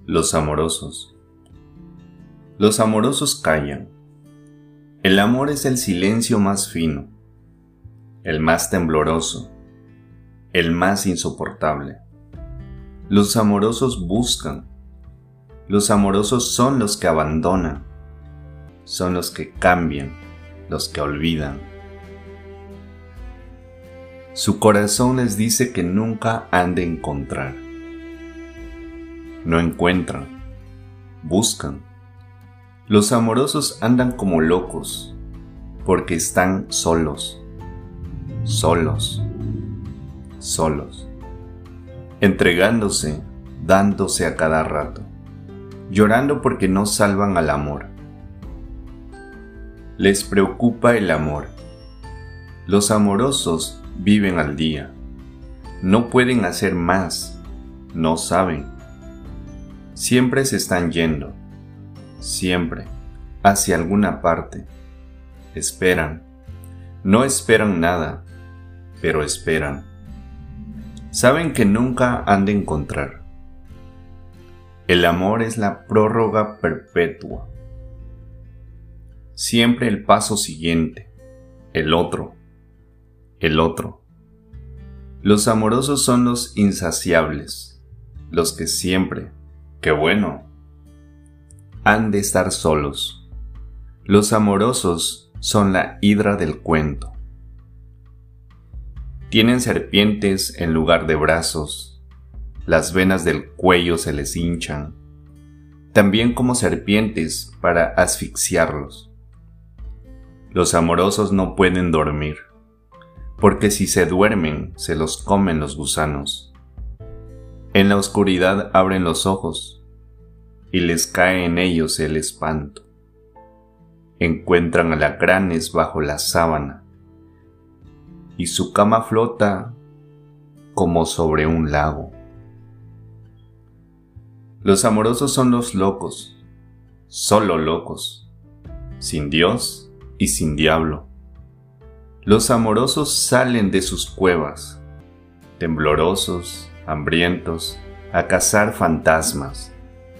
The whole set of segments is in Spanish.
Los amorosos. Los amorosos callan. El amor es el silencio más fino, el más tembloroso, el más insoportable. Los amorosos buscan. Los amorosos son los que abandonan, son los que cambian, los que olvidan. Su corazón les dice que nunca han de encontrar. No encuentran, buscan. Los amorosos andan como locos, porque están solos, solos, solos, entregándose, dándose a cada rato, llorando porque no salvan al amor. Les preocupa el amor. Los amorosos viven al día. No pueden hacer más, no saben. Siempre se están yendo, siempre, hacia alguna parte. Esperan. No esperan nada, pero esperan. Saben que nunca han de encontrar. El amor es la prórroga perpetua. Siempre el paso siguiente, el otro, el otro. Los amorosos son los insaciables, los que siempre, qué bueno, han de estar solos. Los amorosos son la hidra del cuento. Tienen serpientes en lugar de brazos, las venas del cuello se les hinchan, también como serpientes para asfixiarlos. Los amorosos no pueden dormir, porque si se duermen se los comen los gusanos. En la oscuridad abren los ojos y les cae en ellos el espanto. Encuentran alacranes bajo la sábana y su cama flota como sobre un lago. Los amorosos son los locos, solo locos, sin Dios y sin diablo. Los amorosos salen de sus cuevas, temblorosos, hambrientos, a cazar fantasmas.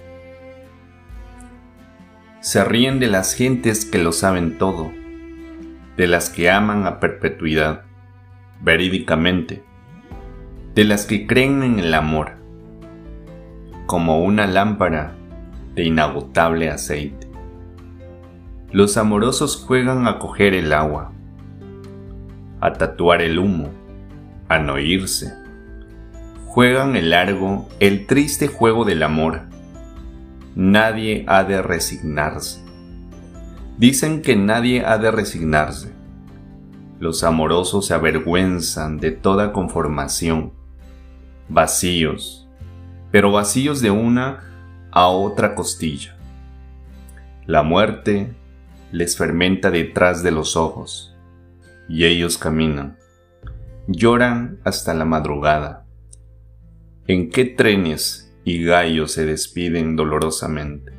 Se ríen de las gentes que lo saben todo, de las que aman a perpetuidad, verídicamente, de las que creen en el amor, como una lámpara de inagotable aceite. Los amorosos juegan a coger el agua, a tatuar el humo, a no irse. Juegan el largo, el triste juego del amor. Nadie ha de resignarse. Dicen que nadie ha de resignarse. Los amorosos se avergüenzan de toda conformación. Vacíos, pero vacíos de una a otra costilla. La muerte les fermenta detrás de los ojos, y ellos caminan. Lloran hasta la madrugada. ¿En qué trenes y gallos se despiden dolorosamente?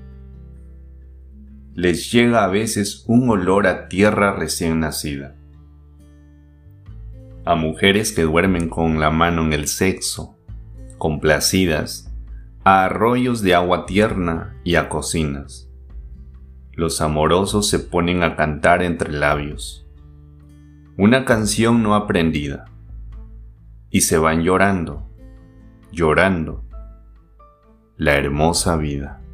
Les llega a veces un olor a tierra recién nacida, a mujeres que duermen con la mano en el sexo, complacidas, a arroyos de agua tierna y a cocinas. Los amorosos se ponen a cantar entre labios, una canción no aprendida, y se van llorando, llorando la hermosa vida.